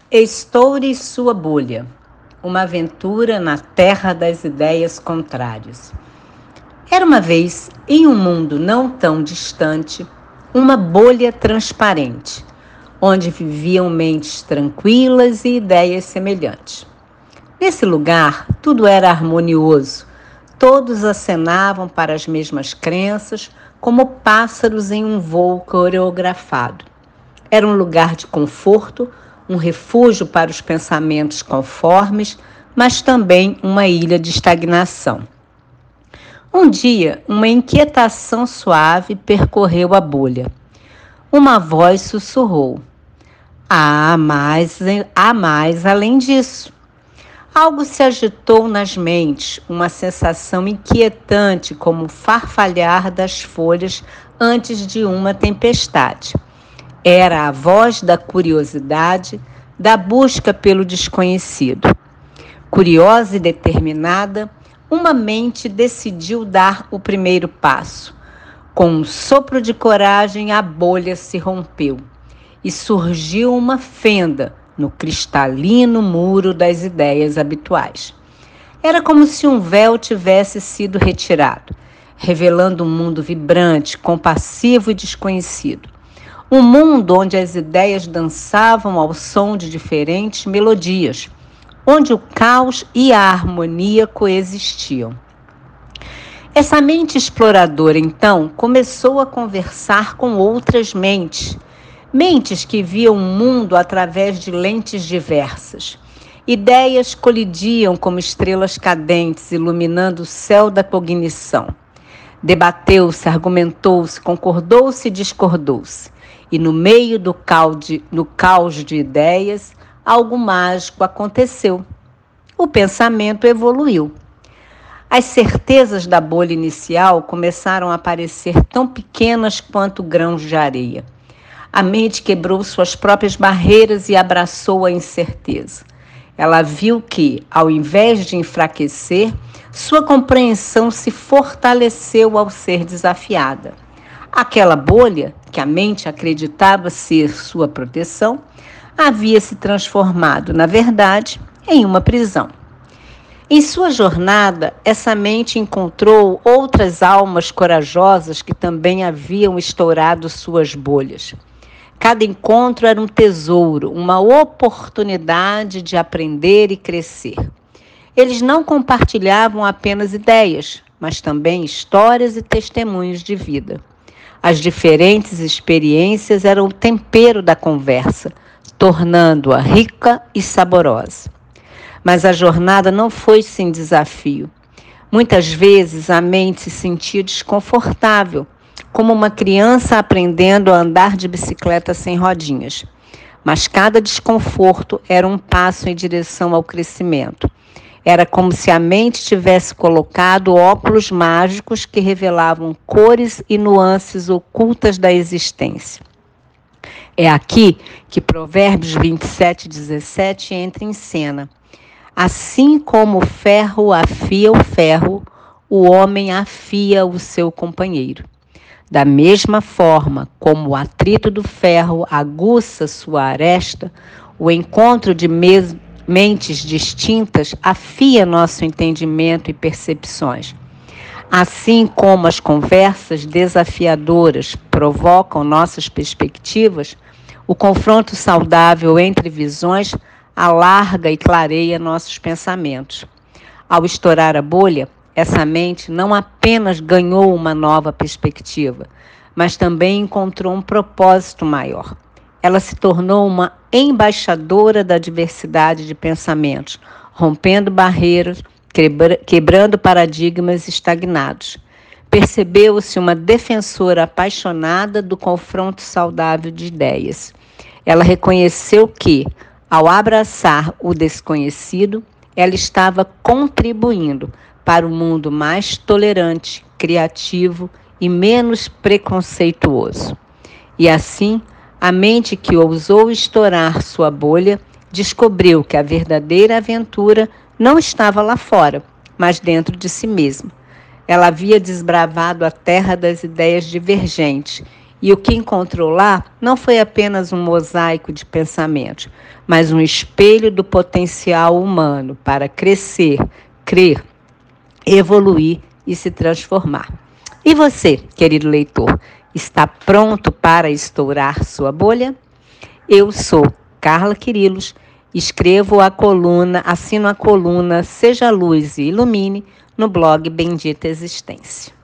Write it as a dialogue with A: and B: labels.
A: Estoure sua bolha. Uma aventura na terra das ideias contrárias. Era uma vez, em um mundo não tão distante, uma bolha transparente, onde viviam mentes tranquilas e ideias semelhantes. Nesse lugar, tudo era harmonioso. Todos acenavam para as mesmas crenças, como pássaros em um voo coreografado. Era um lugar de conforto, um refúgio para os pensamentos conformes, mas também uma ilha de estagnação. Um dia, uma inquietação suave percorreu a bolha. Uma voz sussurrou: há mais além disso. Algo se agitou nas mentes, uma sensação inquietante, como o farfalhar das folhas antes de uma tempestade. Era a voz da curiosidade, da busca pelo desconhecido. Curiosa e determinada, uma mente decidiu dar o primeiro passo. Com um sopro de coragem, a bolha se rompeu e surgiu uma fenda no cristalino muro das ideias habituais. Era como se um véu tivesse sido retirado, revelando um mundo vibrante, compassivo e desconhecido. Um mundo onde as ideias dançavam ao som de diferentes melodias, onde o caos e a harmonia coexistiam. Essa mente exploradora, então, começou a conversar com outras mentes, mentes que viam o mundo através de lentes diversas. Ideias colidiam como estrelas cadentes, iluminando o céu da cognição. Debateu-se, argumentou-se, concordou-se e discordou-se. E no meio do caos de ideias, algo mágico aconteceu. O pensamento evoluiu. As certezas da bolha inicial começaram a parecer tão pequenas quanto grãos de areia. A mente quebrou suas próprias barreiras e abraçou a incerteza. Ela viu que, ao invés de enfraquecer, sua compreensão se fortaleceu ao ser desafiada. Aquela bolha, que a mente acreditava ser sua proteção, havia se transformado, na verdade, em uma prisão. Em sua jornada, essa mente encontrou outras almas corajosas que também haviam estourado suas bolhas. Cada encontro era um tesouro, uma oportunidade de aprender e crescer. Eles não compartilhavam apenas ideias, mas também histórias e testemunhos de vida. As diferentes experiências eram o tempero da conversa, tornando-a rica e saborosa. Mas a jornada não foi sem desafio. Muitas vezes a mente se sentia desconfortável, como uma criança aprendendo a andar de bicicleta sem rodinhas. Mas cada desconforto era um passo em direção ao crescimento. Era como se a mente tivesse colocado óculos mágicos que revelavam cores e nuances ocultas da existência. É aqui que Provérbios 27:17 entra em cena. Assim como o ferro afia o ferro, o homem afia o seu companheiro. Da mesma forma como o atrito do ferro aguça sua aresta, o encontro de mentes distintas afia nosso entendimento e percepções. Assim como as conversas desafiadoras provocam nossas perspectivas, o confronto saudável entre visões alarga e clareia nossos pensamentos. Ao estourar a bolha, essa mente não apenas ganhou uma nova perspectiva, mas também encontrou um propósito maior. Ela se tornou uma embaixadora da diversidade de pensamentos, rompendo barreiras, quebrando paradigmas estagnados. Percebeu-se uma defensora apaixonada do confronto saudável de ideias. Ela reconheceu que, ao abraçar o desconhecido, ela estava contribuindo para um mundo mais tolerante, criativo e menos preconceituoso. E assim, a mente que ousou estourar sua bolha descobriu que a verdadeira aventura não estava lá fora, mas dentro de si mesma. Ela havia desbravado a terra das ideias divergentes E o que encontrou lá não foi apenas um mosaico de pensamentos, mas um espelho do potencial humano para crescer, crer, evoluir e se transformar. E você, querido leitor, está pronto para estourar sua bolha? Eu sou Carla Quirilos, assino a coluna Seja Luz e Ilumine no blog Bendita Existência.